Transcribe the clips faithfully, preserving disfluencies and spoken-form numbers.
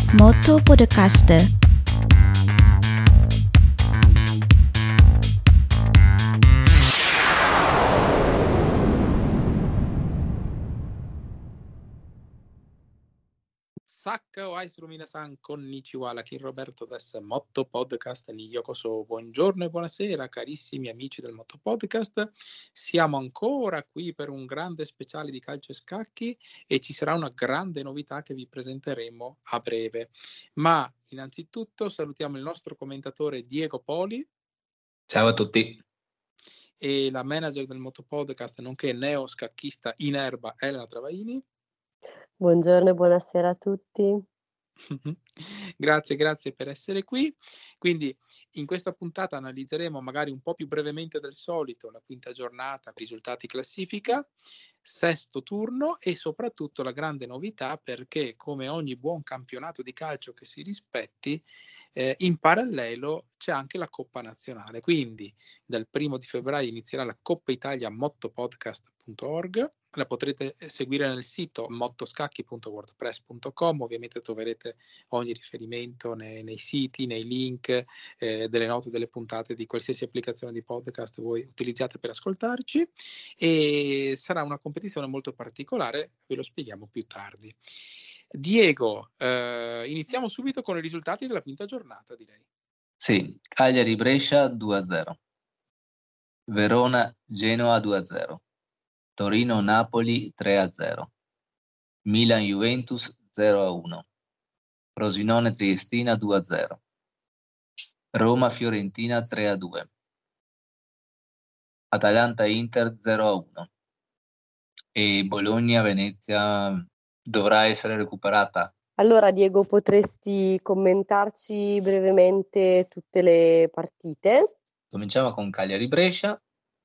Moto Podcast. Sakka Aisuru minasan konnichiwa, la Kin Roberto des Moto Podcast ni yokoso. Buongiorno e buonasera carissimi amici del Moto Podcast. Siamo ancora qui per un grande speciale di calcio e scacchi e ci sarà una grande novità che vi presenteremo a breve. Ma innanzitutto salutiamo il nostro commentatore Diego Poli. Ciao a tutti. E la manager del Moto Podcast, nonché neo scacchista in erba, Elena Travaini. Buongiorno e buonasera a tutti. Grazie, grazie per essere qui. Quindi in questa puntata analizzeremo magari un po' più brevemente del solito la quinta giornata, risultati classifica, sesto turno e soprattutto la grande novità, perché come ogni buon campionato di calcio che si rispetti, eh, in parallelo c'è anche la Coppa Nazionale. Quindi dal primo di febbraio inizierà la Coppa Italia motopodcast punto org. La potrete seguire nel sito motoscacchi punto wordpress punto com. Ovviamente troverete ogni riferimento nei, nei siti, nei link, eh, delle note delle puntate di qualsiasi applicazione di podcast voi utilizzate per ascoltarci, e sarà una competizione molto particolare, ve lo spieghiamo più tardi. Diego, eh, iniziamo subito con i risultati della quinta giornata, direi. Sì, Cagliari Brescia due a zero, Verona Genoa due a zero, Torino Napoli tre a zero, Milan Juventus zero a uno, Frosinone Triestina due a zero, Roma Fiorentina tre a due, Atalanta Inter zero a uno e Bologna Venezia dovrà essere recuperata. Allora Diego, potresti commentarci brevemente tutte le partite? Cominciamo con Cagliari Brescia.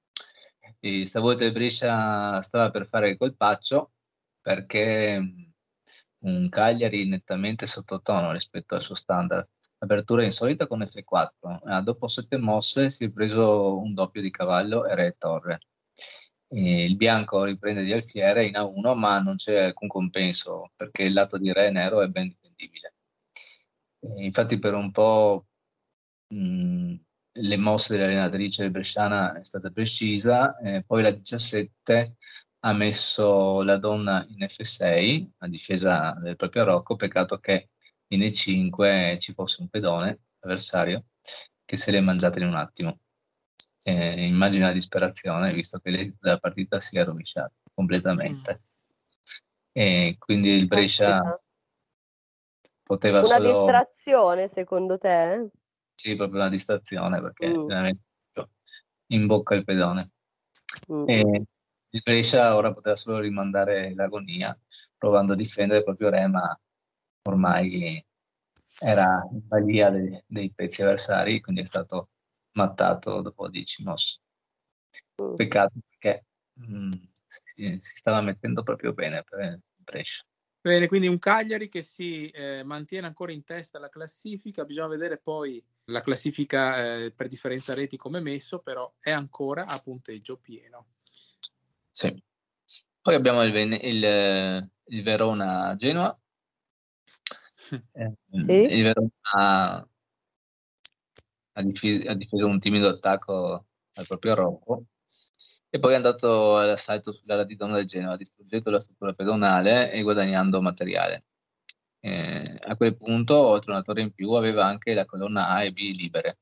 E stavolta il Brescia stava per fare il colpaccio perché un Cagliari nettamente sottotono rispetto al suo standard. Apertura insolita con F quattro, eh, dopo sette mosse si è preso un doppio di cavallo e re torre. E il bianco riprende di Alfiere in A uno, ma non c'è alcun compenso perché il lato di re nero è ben difendibile. E infatti per un po' mh, le mosse dell'allenatrice bresciana è stata precisa, eh, poi la diciassette ha messo la donna in F sei a difesa del proprio Rocco, peccato che in E cinque ci fosse un pedone avversario che se l'è mangiata in un attimo. Eh, immagina la disperazione visto che le- la partita si è rovesciata completamente. E quindi il Brescia Caspita. poteva Una solo... distrazione secondo te? Sì, proprio una distrazione perché Mm. veramente in bocca il pedone. Mm. E il Brescia ora poteva solo rimandare l'agonia provando a difendere il proprio re, ma ormai era in balia dei, dei pezzi avversari, quindi è stato mattato dopo dieci mosse. Mm. Peccato perché mh, si, si stava mettendo proprio bene per il Brescia. Bene, quindi un Cagliari che si eh, mantiene ancora in testa alla classifica. Bisogna vedere poi la classifica eh, per differenza reti come messo, però è ancora a punteggio pieno. Sì. Poi abbiamo il, Ven- il, il Verona Genoa. Eh, Sì. Il Verona ha difeso, ha difeso un timido attacco al proprio Rocco e poi è andato all'assalto sull'ala di donna del Genoa, distruggendo la struttura pedonale e guadagnando materiale. Eh, a quel punto, oltre a una torre in più, aveva anche la colonna A e B libere.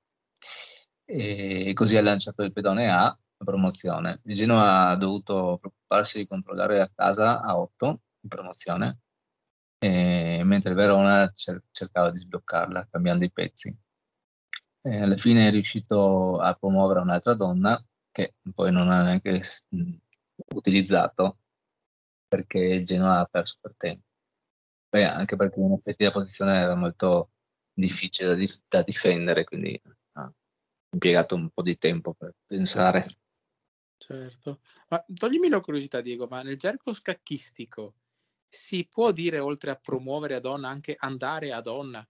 E così ha lanciato il pedone A a promozione. Il Genoa ha dovuto preoccuparsi di controllare la casa a otto in promozione, eh, mentre il Verona cer- cercava di sbloccarla cambiando i pezzi. E alla fine è riuscito a promuovere un'altra donna che poi non ha neanche mh, utilizzato perché il Genoa ha perso per tempo. Beh, anche perché in effetti la posizione era molto difficile da, dif- da difendere, quindi ha impiegato un po' di tempo per pensare. Certo. Ma toglimi la curiosità, Diego, ma nel gergo scacchistico si può dire, oltre a promuovere a donna, anche andare a donna?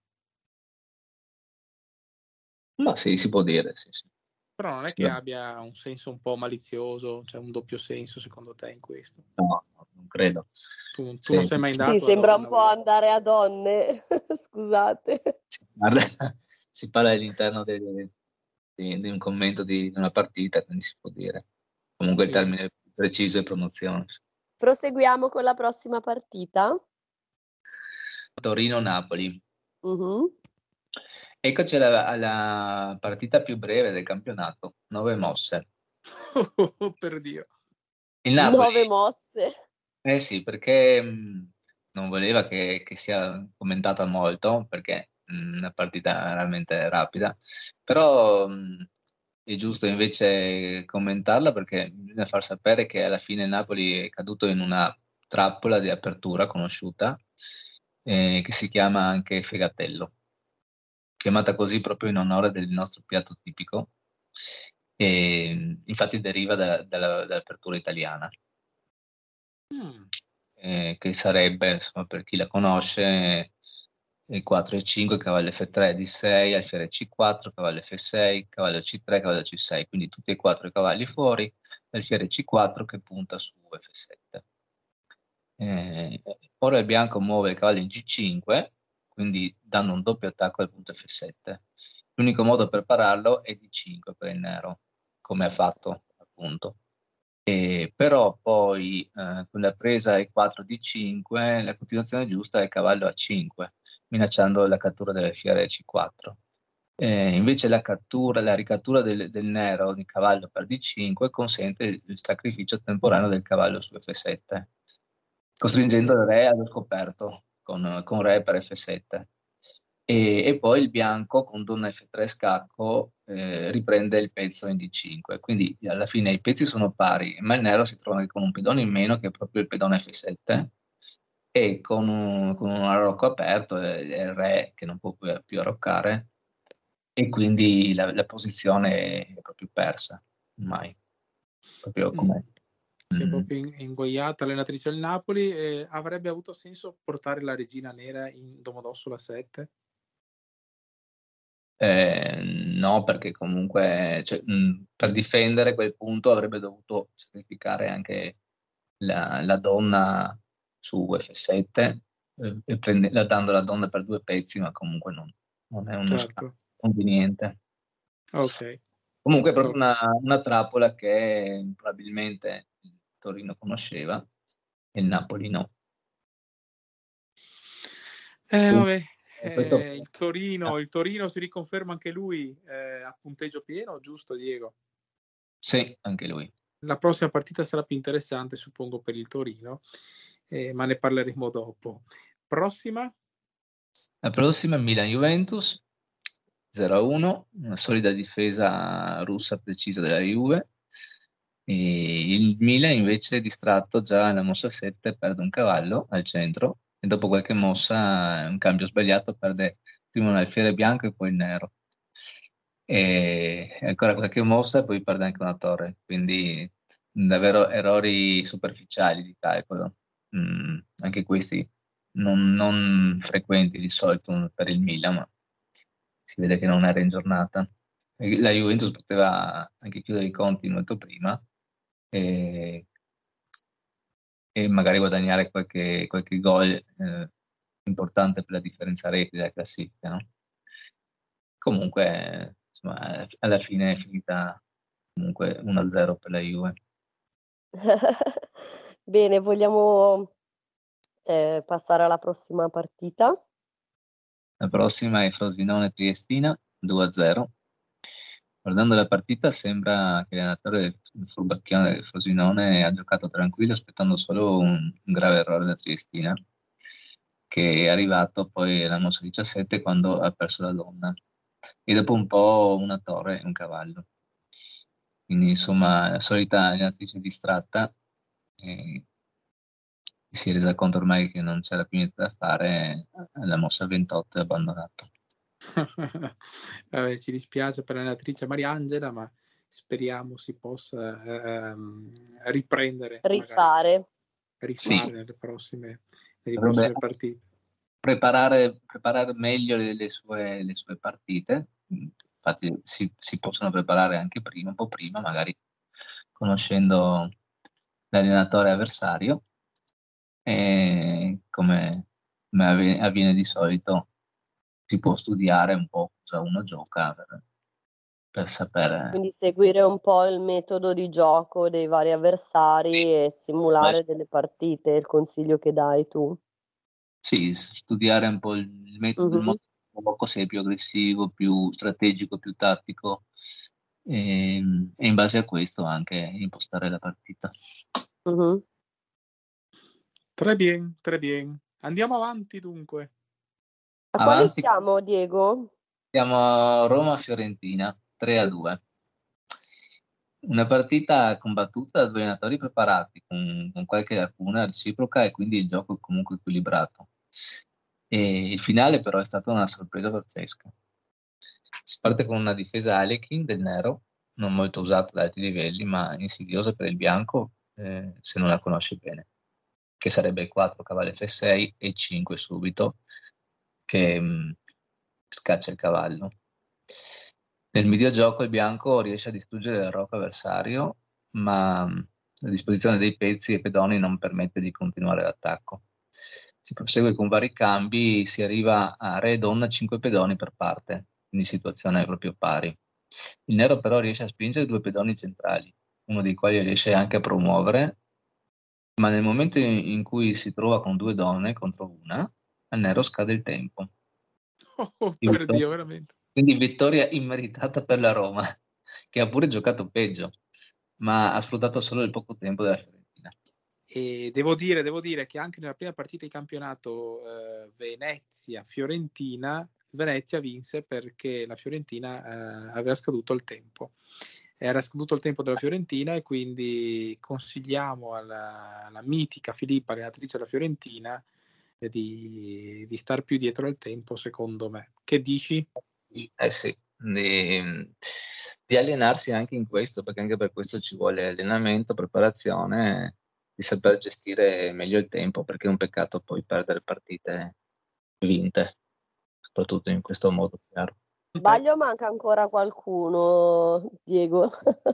Ma sì, si può dire, sì, sì. Però non è Sì, che abbia un senso un po' malizioso, cioè un doppio senso secondo te in questo? no, no, non credo. Tu, tu Sì. non sei mai andato Sì, a sembra donna, un po' vero? andare a donne. Scusate. Si parla, si parla all'interno del- di, di un commento di una partita, quindi si può dire. Comunque il Bene. termine preciso è promozione. Proseguiamo con la prossima partita. Torino-Napoli. Mhm. Eccoci alla, alla partita più breve del campionato, nove mosse. Oh, per Dio. Il Napoli, Nove mosse. eh sì, perché mh, non voleva che, che sia commentata molto, perché mh, è una partita veramente rapida, però mh, è giusto invece commentarla perché bisogna far sapere che alla fine il Napoli è caduto in una trappola di apertura conosciuta, eh, che si chiama anche Fegatello, chiamata così proprio in onore del nostro piatto tipico, e infatti deriva da- dalla- dall'apertura italiana, Mm. eh, che sarebbe, insomma, per chi la conosce, il quattro e cinque, cavallo F tre, D sei, alfiere C quattro, cavallo F sei, cavallo C tre, cavallo C sei, quindi tutti e quattro i cavalli fuori, alfiere C quattro che punta su F sette. Eh, ora il bianco muove il cavallo in G cinque, quindi dando un doppio attacco al punto F sette. L'unico modo per pararlo è D cinque per il nero, come ha fatto appunto. E però poi eh, con la presa E quattro D cinque, la continuazione giusta è cavallo A cinque, minacciando la cattura delle fiere C quattro. Eh, invece la cattura, la ricattura del, del nero di cavallo per D cinque consente il sacrificio temporaneo del cavallo su F sette, costringendo il re allo scoperto con, con re per F sette. E, e poi il bianco con donna F tre scacco eh, riprende il pezzo in D cinque. Quindi alla fine i pezzi sono pari, ma il nero si trova anche con un pedone in meno, che è proprio il pedone F sette, e con un, con un arrocco aperto, è il re che non può più, più arroccare, e quindi la, la posizione è proprio persa, ormai. Proprio Mm. come... Si è Mm. proprio in- ingoiata allenatrice del Napoli. E avrebbe avuto senso portare la regina nera in Domodossola sette? Eh, no, perché comunque cioè, mh, per difendere quel punto avrebbe dovuto sacrificare anche la, la donna su F sette, eh, e prende- la- dando la donna per due pezzi, ma comunque non, non è uno scambio Certo. conveniente. Ok. Comunque è proprio Ok. una, una trappola che probabilmente il Torino conosceva e il Napoli no. Eh, vabbè, In questo- eh, il Torino, il Torino si riconferma anche lui eh, a punteggio pieno, giusto Diego? Sì, anche lui. La prossima partita sarà più interessante, suppongo, per il Torino, eh, ma ne parleremo dopo. Prossima? La prossima è Milan-Juventus, zero a uno, una solida difesa russa precisa della Juve. E il Milan invece distratto già alla mossa sette perde un cavallo al centro e dopo qualche mossa, un cambio sbagliato, perde prima un alfiere bianco e poi il nero. E ancora qualche mossa e poi perde anche una torre, quindi davvero errori superficiali di calcolo. Mm, anche questi non, non frequenti di solito per il Milan, ma si vede che non era in giornata. E la Juventus poteva anche chiudere i conti molto prima e, e magari guadagnare qualche, qualche gol eh, importante per la differenza reti della classifica, no? Comunque, insomma, alla fine è finita comunque uno a zero per la Juve. Bene, vogliamo eh, passare alla prossima partita? La prossima è Frosinone-Triestina, due a zero. Guardando la partita sembra che l'allenatore del furbacchione del Frosinone ha giocato tranquillo, aspettando solo un, un grave errore da Triestina, che è arrivato poi alla mossa diciassette quando ha perso la donna. E dopo un po' una torre e un cavallo. Quindi insomma la solita allenatrice distratta, eh, si è resa conto ormai che non c'era più niente da fare, alla mossa ventotto e abbandonato. Vabbè, ci dispiace per l'allenatrice Mariangela, ma speriamo si possa ehm, riprendere, magari Rifare. Sì, rifare nelle prossime, nelle dovrebbe prossime partite. preparare, preparare meglio le, le sue, le sue partite. Infatti si, si possono preparare anche prima, un po' prima, magari conoscendo l'allenatore avversario, e come, come avviene, avviene di solito si può studiare un po' cosa uno gioca per, per sapere. Quindi seguire un po' il metodo di gioco dei vari avversari e simulare delle partite, il consiglio che dai tu. Sì, studiare un po' il metodo, il Mhm. modo di gioco, se è più aggressivo, più strategico, più tattico, e, e in base a questo anche impostare la partita. Mhm. Très bien, très bien. Andiamo avanti dunque. A quali Avanti, siamo, Diego? siamo a Roma-Fiorentina, tre a due. Una partita combattuta da due allenatori preparati, con, con qualche lacuna reciproca e quindi il gioco è comunque equilibrato. E il finale però è stata una sorpresa pazzesca. Si parte con una difesa Alekhine del nero, non molto usata ad alti livelli, ma insidiosa per il bianco eh, se non la conosce bene, che sarebbe il quattro cavallo F sei e cinque subito, che mh, scaccia il cavallo. Nel videogioco il bianco riesce a distruggere il rocco avversario, ma mh, la disposizione dei pezzi e pedoni non permette di continuare l'attacco. Si prosegue con vari cambi, si arriva a re e donna cinque pedoni per parte, quindi situazione proprio pari. Il nero però riesce a spingere due pedoni centrali, uno dei quali riesce anche a promuovere, ma nel momento in in cui si trova con due donne contro una, al nero scade il tempo. Oh, oh, Quindi per Dio, vittoria, veramente. quindi vittoria immeritata per la Roma, che ha pure giocato peggio, ma ha sfruttato solo il poco tempo della Fiorentina. E devo dire, devo dire che anche nella prima partita di campionato eh, Venezia-Fiorentina, Venezia vinse perché la Fiorentina eh, aveva scaduto il tempo. Era scaduto il tempo della Fiorentina e quindi consigliamo alla, alla mitica Filippa, allenatrice della Fiorentina, eh, di, di star più dietro al tempo, secondo me. Che dici? Eh sì, di, di allenarsi anche in questo, perché anche per questo ci vuole allenamento, preparazione, di saper gestire meglio il tempo, perché è un peccato poi perdere partite vinte, soprattutto in questo modo, chiaro. Sbaglio, manca ancora qualcuno, Diego.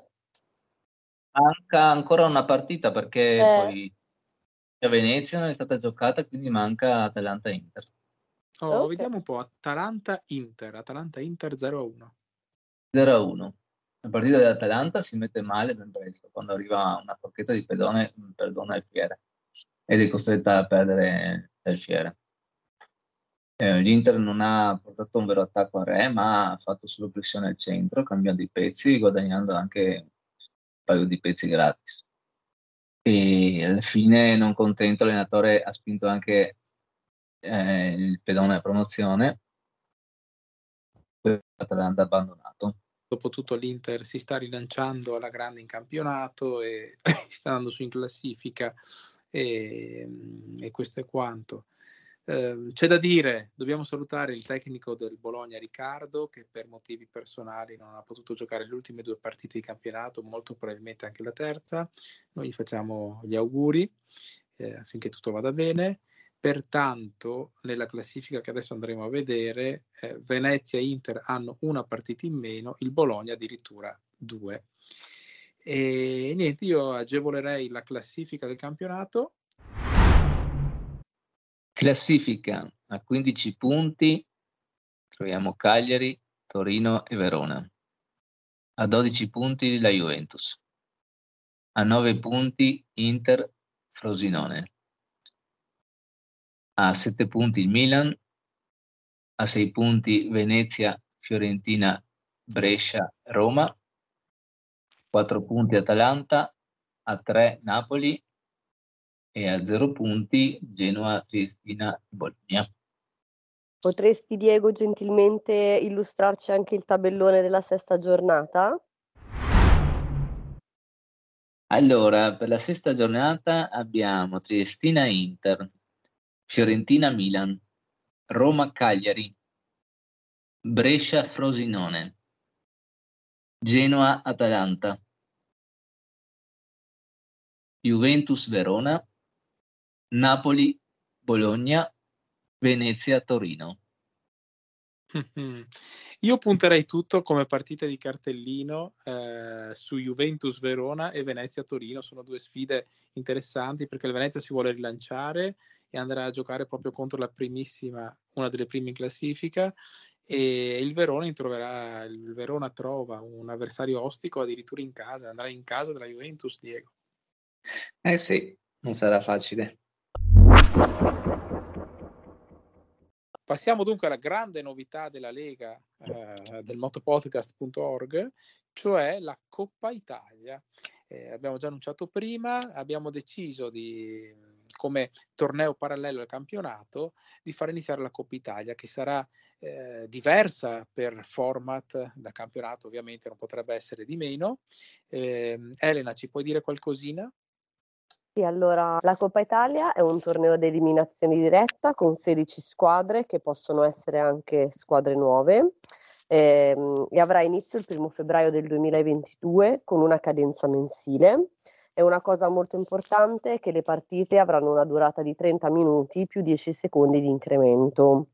Manca ancora una partita perché Eh, poi a Venezia non è stata giocata, quindi manca Atalanta-Inter. Oh, ok. vediamo un po'. Atalanta-Inter. Atalanta-Inter zero a uno. zero a uno. La partita dell'Atalanta si mette male ben presto, quando arriva una forchetta di pedone, perdona il Fiere, ed è costretta a perdere il Fiere. Eh, L'Inter non ha portato un vero attacco a re, ma ha fatto solo pressione al centro, cambiando i pezzi, guadagnando anche un paio di pezzi gratis. E alla fine, non contento, l'allenatore ha spinto anche eh, il pedone a promozione, poi l'Atalanta ha abbandonato. Dopotutto l'Inter si sta rilanciando alla grande in campionato e sta andando su in classifica e, e questo è quanto. Eh, c'è da dire, dobbiamo salutare il tecnico del Bologna Riccardo, che per motivi personali non ha potuto giocare le ultime due partite di campionato, molto probabilmente anche la terza. Noi gli facciamo gli auguri eh, affinché tutto vada bene. Pertanto, nella classifica che adesso andremo a vedere, eh, Venezia e Inter hanno una partita in meno, il Bologna addirittura due. E niente, io agevolerei la classifica del campionato. Classifica a quindici punti, troviamo Cagliari, Torino e Verona. A dodici punti la Juventus. A nove punti Inter, Frosinone. A sette punti il Milan. A sei punti Venezia, Fiorentina, Brescia, Roma. quattro punti Atalanta. A tre Napoli. E a zero punti Genoa, Triestina e Bologna. Potresti, Diego, gentilmente illustrarci anche il tabellone della sesta giornata? Allora, per la sesta giornata abbiamo Triestina-Inter, Fiorentina-Milan, Roma-Cagliari, Brescia-Frosinone, Genoa-Atalanta, Juventus-Verona, Napoli-Bologna, Venezia-Torino. Io punterei tutto come partite di cartellino eh, su Juventus Verona e Venezia Torino. Sono due sfide interessanti perché il Venezia si vuole rilanciare, e andrà a giocare proprio contro la primissima, una delle prime in classifica, e il Verona troverà, il Verona trova un avversario ostico addirittura in casa, andrà in casa della Juventus, Diego. Eh sì, non sarà facile. Passiamo dunque alla grande novità della Lega, eh, del motopodcast punto org, cioè la Coppa Italia. Eh, abbiamo già annunciato prima, abbiamo deciso di, come torneo parallelo al campionato, di far iniziare la Coppa Italia, che sarà eh, diversa per format da campionato, ovviamente non potrebbe essere di meno. Eh, Elena, ci puoi dire qualcosina? Sì, allora la Coppa Italia è un torneo di eliminazione diretta con sedici squadre che possono essere anche squadre nuove ehm, e avrà inizio il primo febbraio del duemilaventidue con una cadenza mensile. E una cosa molto importante è che le partite avranno una durata di trenta minuti più dieci secondi di incremento.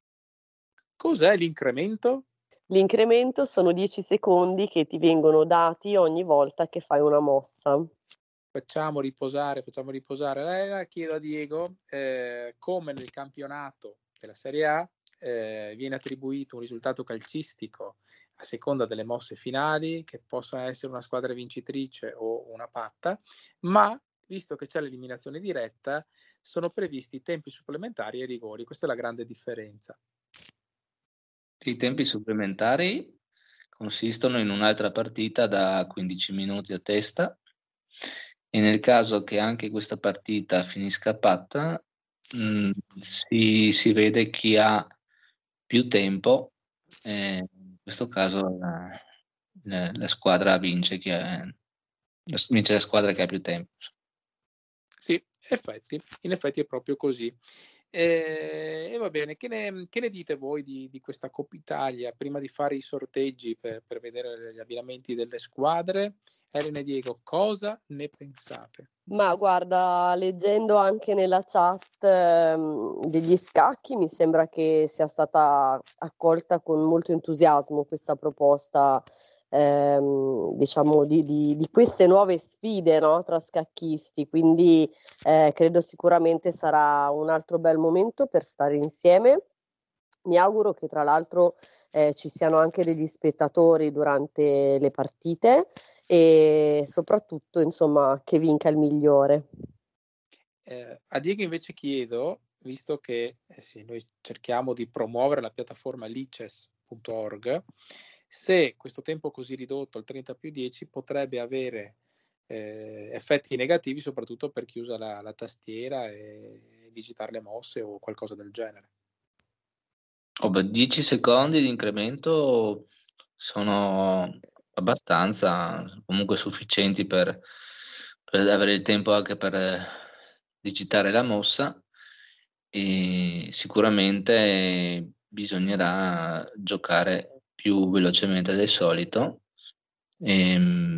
Cos'è l'incremento? L'incremento sono dieci secondi che ti vengono dati ogni volta che fai una mossa. Facciamo riposare, facciamo riposare Elena. Chiedo a Diego, eh, come nel campionato della Serie A eh, viene attribuito un risultato calcistico a seconda delle mosse finali, che possono essere una squadra vincitrice o una patta, ma visto che c'è l'eliminazione diretta, sono previsti tempi supplementari e rigori. Questa è la grande differenza. I tempi supplementari consistono in un'altra partita da quindici minuti a testa, e nel caso che anche questa partita finisca patta, mh, si, si vede chi ha più tempo, e in questo caso la, la- la squadra vince, chi ha, vince la squadra che ha più tempo. Sì, effetti, in effetti è proprio così. E, e va bene, che ne, che ne dite voi di, di questa Coppa Italia? Prima di fare i sorteggi per, per vedere gli abbinamenti delle squadre, Elena e Diego, cosa ne pensate? Ma guarda, leggendo anche nella chat ehm, degli scacchi, mi sembra che sia stata accolta con molto entusiasmo questa proposta, ehm, diciamo, di, di- di queste nuove sfide, no, tra scacchisti. Quindi eh, credo sicuramente sarà un altro bel momento per stare insieme. Mi auguro che tra l'altro eh, ci siano anche degli spettatori durante le partite e soprattutto, insomma, che vinca il migliore. Eh, a Diego invece chiedo, visto che eh sì, noi cerchiamo di promuovere la piattaforma lices punto org, se questo tempo così ridotto al trenta più dieci potrebbe avere eh, effetti negativi, soprattutto per chi usa la, la tastiera e digitare le mosse o qualcosa del genere. Oh, beh, dieci secondi di incremento sono abbastanza, comunque sufficienti per, per avere il tempo anche per eh, digitare la mossa, e sicuramente bisognerà giocare più velocemente del solito, e,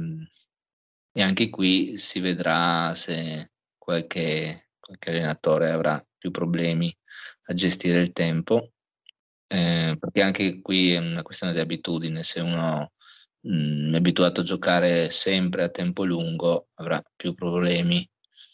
e anche qui si vedrà se qualche, qualche allenatore avrà più problemi a gestire il tempo, eh, perché anche qui è una questione di abitudine. Se uno mh, è abituato a giocare sempre a tempo lungo, avrà più problemi.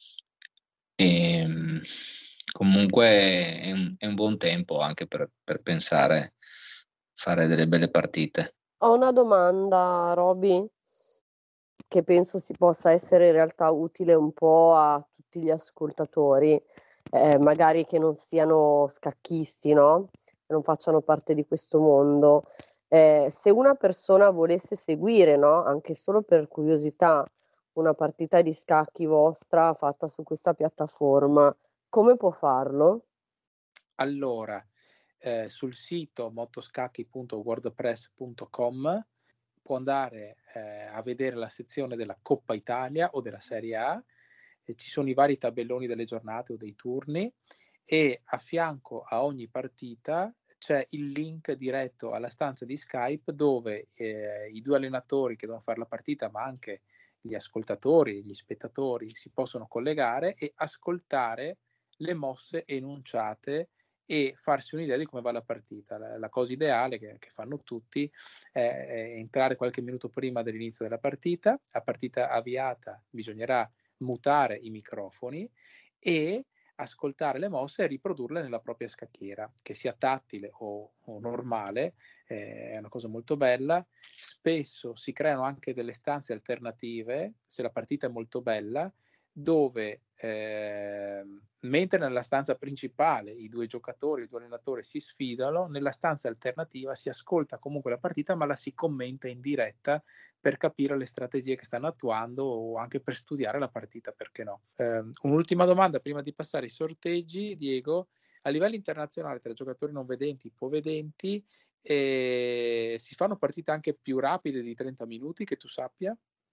E, mh, comunque è un, è un buon tempo anche per, per pensare fare delle belle partite. Ho una domanda, Roby, che penso si possa essere in realtà utile un po' a tutti gli ascoltatori, eh, magari che non siano scacchisti, no? Che non facciano parte di questo mondo. Eh, se una persona volesse seguire, no? Anche solo per curiosità, una partita di scacchi vostra fatta su questa piattaforma, come può farlo? Allora, eh, sul sito motoscacchi punto wordpress punto com può andare eh, a vedere la sezione della Coppa Italia o della Serie A, e ci sono i vari tabelloni delle giornate o dei turni, e a fianco a ogni partita c'è il link diretto alla stanza di Skype dove eh, i due allenatori che devono fare la partita, ma anche gli ascoltatori, gli spettatori, si possono collegare e ascoltare le mosse enunciate e farsi un'idea di come va la partita. La, la cosa ideale che, che fanno tutti è, è entrare qualche minuto prima dell'inizio della partita. A partita avviata bisognerà mutare i microfoni e ascoltare le mosse e riprodurle nella propria scacchiera, che sia tattile o, o normale, eh, è una cosa molto bella. Spesso si creano anche delle stanze alternative, se la partita è molto bella, dove eh, mentre nella stanza principale i due giocatori, i due allenatori si sfidano, nella stanza alternativa si ascolta comunque la partita, ma la si commenta in diretta per capire le strategie che stanno attuando o anche per studiare la partita, perché no. Eh, un'ultima domanda prima di passare ai sorteggi, Diego. A livello internazionale tra giocatori non vedenti e ipovedenti eh, si fanno partite anche più rapide di trenta minuti, che tu sappia?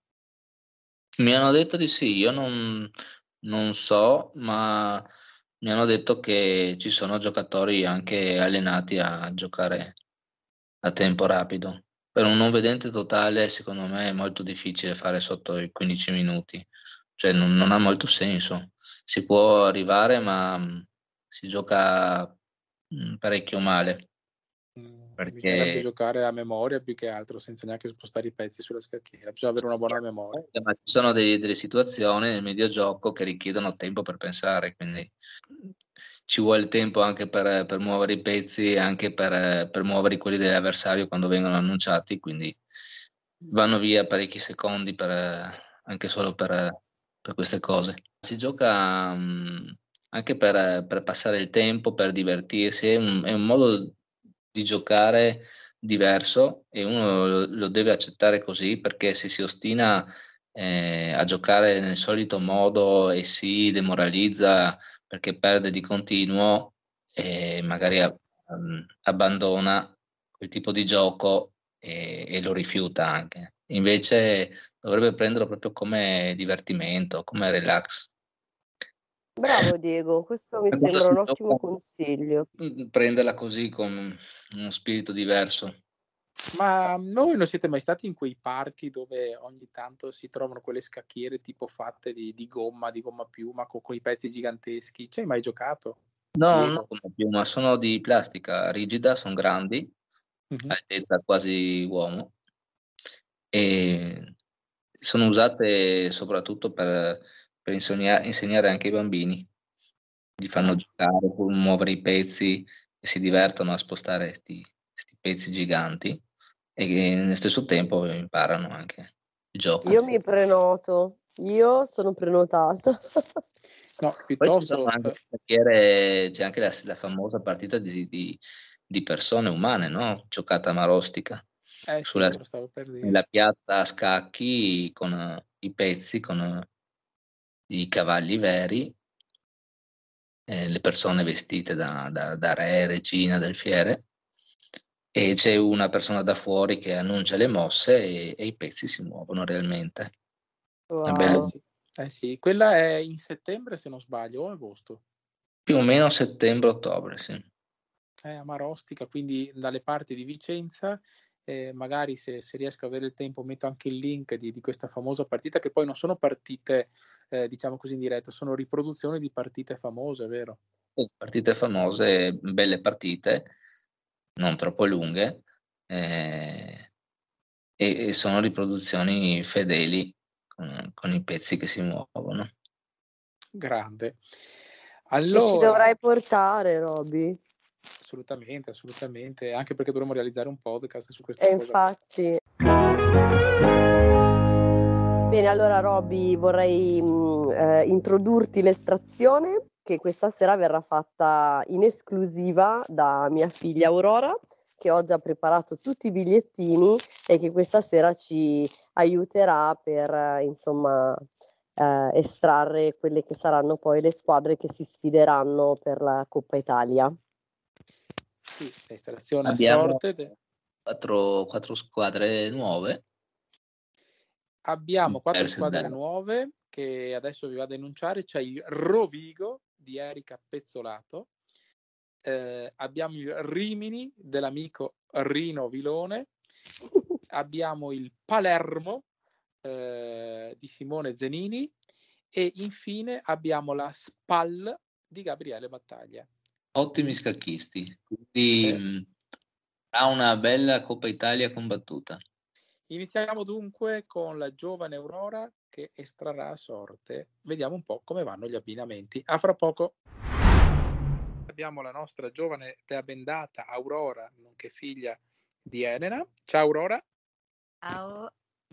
Mi hanno detto di sì, io non, non so, ma mi hanno detto che ci sono giocatori anche allenati a giocare a tempo rapido. Per un non vedente totale, secondo me, è molto difficile fare sotto i quindici minuti, cioè non, non ha molto senso. Si può arrivare, ma mh, si gioca mh, parecchio male, Bisognerebbe perché giocare a memoria più che altro, senza neanche spostare i pezzi sulla scacchiera. Bisogna avere una buona memoria. ma ci sono dei- delle situazioni nel videogioco che richiedono tempo per pensare, quindi ci vuole tempo anche per, per muovere i pezzi, anche per, per muovere quelli dell'avversario quando vengono annunciati, quindi vanno via parecchi secondi per, anche solo per, per queste cose. Si gioca mh, anche per, per passare il tempo, per divertirsi, è un, è un modo di giocare diverso e uno lo, lo deve accettare così, perché se si ostina eh, a giocare nel solito modo e si demoralizza perché perde di continuo e magari a- um, abbandona quel tipo di gioco e, e lo rifiuta anche. Invece dovrebbe prenderlo proprio come divertimento, come relax. Bravo Diego, questo mi E quando sembra si un ottimo gioca, consiglio. mm, prenderla così con uno spirito diverso. Ma voi non siete mai stati in quei parchi dove ogni tanto si trovano quelle scacchiere tipo fatte di, di gomma, di gomma piuma, con quei pezzi giganteschi? Ci hai mai giocato, No, non Diego? come piuma, sono di plastica rigida, sono grandi, Mhm. altezza quasi uomo, e sono usate soprattutto per, per insegna- insegnare anche ai bambini. Li fanno Ah, giocare, muovere i pezzi e si divertono a spostare questi pezzi giganti e che nello stesso tempo imparano anche il gioco. Io mi prenoto, io sono prenotata. no, Poi ci sono piuttosto, anche eh, scacchiere, c'è anche la, la famosa partita di, di- di persone umane, no? Giocata a marostica, eh sì, sulla, te lo stavo per dire. nella piazza a scacchi con eh, i pezzi, con eh, i cavalli veri, eh, le persone vestite da, da, da re, regina del fiere, e c'è una persona da fuori che annuncia le mosse e, e i pezzi si muovono realmente. È Eh bello. Wow. sì, eh sì, quella è in settembre se non sbaglio, o agosto. Più o meno settembre-ottobre, sì. È a Marostica, quindi dalle parti di Vicenza. Eh, magari se, se riesco a avere il tempo metto anche il link di, di questa famosa partita, che poi non sono partite, eh, diciamo così, in diretta, sono riproduzioni di partite famose, vero? Partite famose, belle partite, non troppo lunghe, eh, e, e sono riproduzioni fedeli con, con i pezzi che si muovono. Grande. E ci Allora, dovrai portare, Roby. assolutamente, assolutamente, anche perché dovremmo realizzare un podcast su questa E cosa. infatti. Bene, allora Roby, vorrei mh, eh, introdurti l'estrazione che questa sera verrà fatta in esclusiva da mia figlia Aurora, che oggi ha preparato tutti i bigliettini e che questa sera ci aiuterà per, eh, insomma, eh, estrarre quelle che saranno poi le squadre che si sfideranno per la Coppa Italia. Sì, l'installazione a Abbiamo sorte. de- quattro, quattro squadre nuove, Abbiamo quattro diverse da... squadre nuove che adesso vi vado a enunciare. C'è il Rovigo di Erika Pezzolato, eh, abbiamo il Rimini dell'amico Rino Vilone, abbiamo il Palermo eh, di Simone Zenini e infine abbiamo la Spal di Gabriele Battaglia. Ottimi scacchisti, quindi Eh, mh, ha una bella Coppa Italia combattuta. iniziamo dunque con la giovane Aurora che estrarrà a sorte. Vediamo un po' come vanno gli abbinamenti. A fra poco. Abbiamo la nostra giovane dea bendata Aurora, nonché figlia di Elena. Ciao Aurora. Ciao.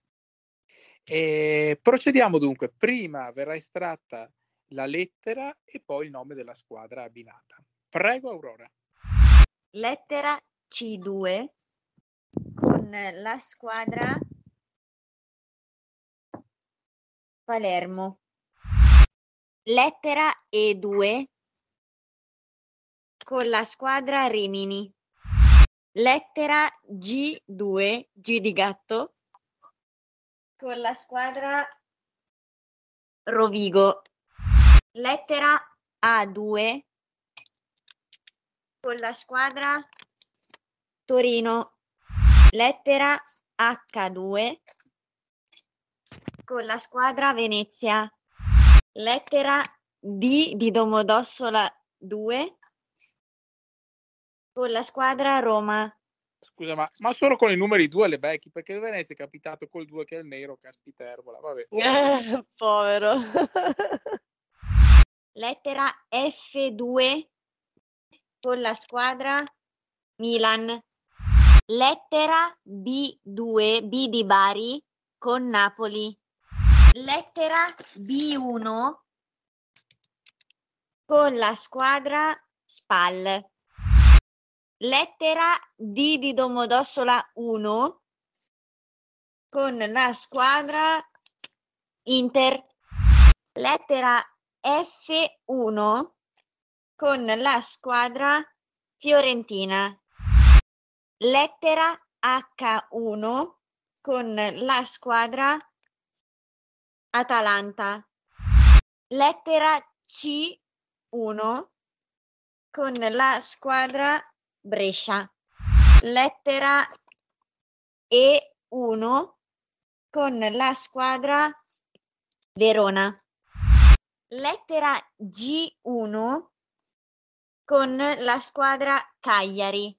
E procediamo dunque. Prima verrà estratta la lettera e poi il nome della squadra abbinata. Prego Aurora. Lettera C due con la squadra Palermo. Lettera E due con la squadra Rimini. Lettera G due, G di gatto, con la squadra Rovigo. Lettera A due con la squadra Torino. Lettera acca due con la squadra Venezia. Lettera D di Domodossola due con la squadra Roma. Scusa, ma, ma solo con i numeri due le becchi, perché il Venezia è capitato col due che è il nero, caspitervola, vabbè. Eh, povero. Lettera effe due con la squadra Milan. Lettera bi due, B di Bari, con Napoli. Lettera bi uno con la squadra Spal. Lettera D di Domodossola uno con la squadra Inter. Lettera effe uno con la squadra Fiorentina. Lettera acca uno con la squadra Atalanta. Lettera ci uno con la squadra Brescia. Lettera e uno con la squadra Verona. Lettera gi uno con la squadra Cagliari.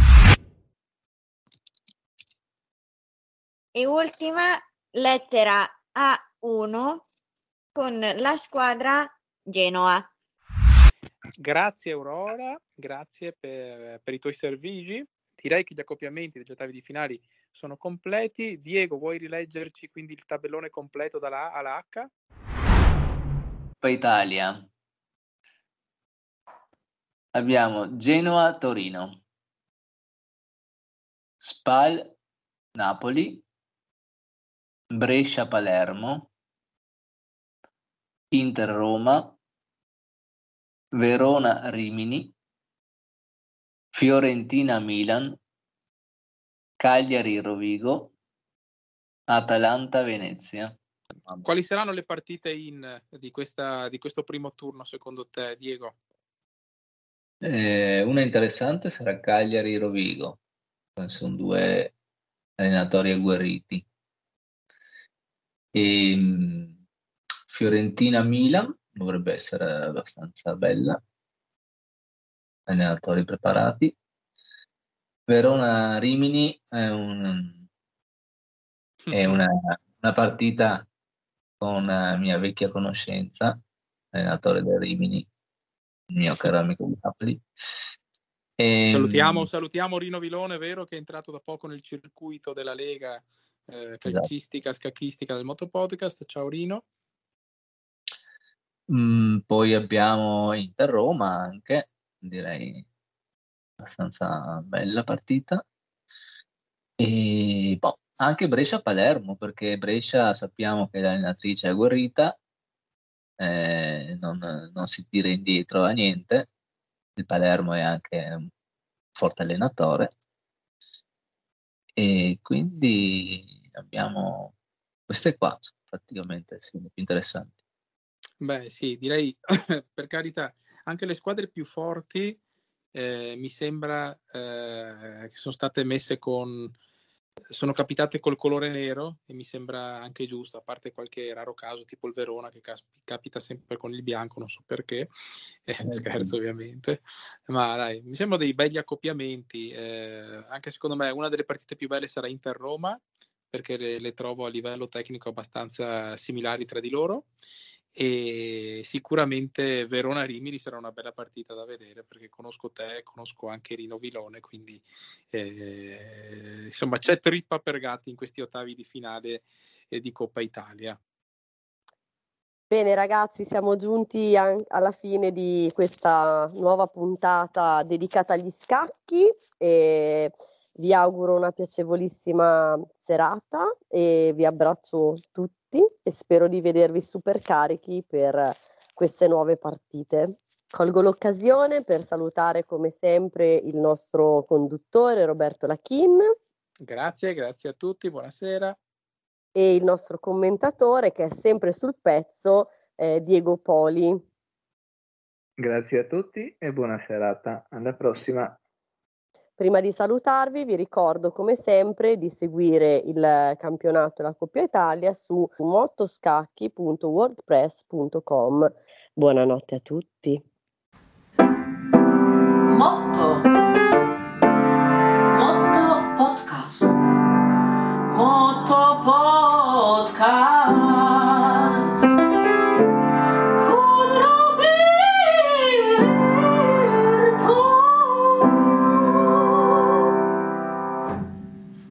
E ultima lettera a uno con la squadra Genoa. Grazie Aurora, grazie per, per i tuoi servigi. Direi che gli accoppiamenti degli ottavi di finali sono completi. Diego, vuoi rileggerci quindi il tabellone completo dalla A alla H? Coppa Italia. Abbiamo Genoa-Torino, Spal-Napoli, Brescia-Palermo, Inter-Roma, Verona-Rimini, Fiorentina-Milan, Cagliari-Rovigo, Atalanta-Venezia. Quali saranno le partite in di, questa, di questo primo turno secondo te, Diego? Eh, una interessante sarà Cagliari-Rovigo, sono due allenatori agguerriti. E, mh, Fiorentina-Milan dovrebbe essere abbastanza bella, allenatori preparati. Verona-Rimini è, un, è una, una partita con una mia vecchia conoscenza, allenatore del Rimini, il mio caro amico di Napoli. E, salutiamo, salutiamo Rino Vilone, vero, che è entrato da poco nel circuito della Lega eh, calcistica, esatto, scacchistica del Motopodcast. Ciao Rino. Mm, poi abbiamo Inter-Roma anche, direi abbastanza bella partita. E boh, anche Brescia-Palermo, perché Brescia sappiamo che l'allenatrice è agguerrita, eh, non, non si tira indietro a niente. Il Palermo è anche un forte allenatore. E quindi abbiamo queste qua, sono praticamente sì, le più interessanti. Beh sì, direi per carità, anche le squadre più forti eh, mi sembra eh, che sono state messe con, sono capitate col colore nero e mi sembra anche giusto, a parte qualche raro caso tipo il Verona che cas- capita sempre con il bianco, non so perché, eh, Eh, scherzo sì. ovviamente, ma dai, mi sembrano dei begli accoppiamenti, eh, anche secondo me una delle partite più belle sarà Inter-Roma, perché le, le trovo a livello tecnico abbastanza similari tra di loro, e sicuramente Verona-Rimini sarà una bella partita da vedere, perché conosco te, conosco anche Rino Vilone, quindi eh, insomma c'è trippa per gatti in questi ottavi di finale eh, di Coppa Italia. Bene ragazzi, siamo giunti an- alla fine di questa nuova puntata dedicata agli scacchi e vi auguro una piacevolissima serata e vi abbraccio tutti e spero di vedervi super carichi per queste nuove partite. Colgo l'occasione per salutare come sempre il nostro conduttore Roberto Lachin. Grazie, grazie a tutti, buonasera. E il nostro commentatore che è sempre sul pezzo, eh, Diego Poli. Grazie a tutti e buona serata. Alla prossima. Prima di salutarvi vi ricordo come sempre di seguire il campionato e la Coppa Italia su mottoscacchi punto wordpress punto com. Buonanotte a tutti. Motto Motto Podcast Motto Podcast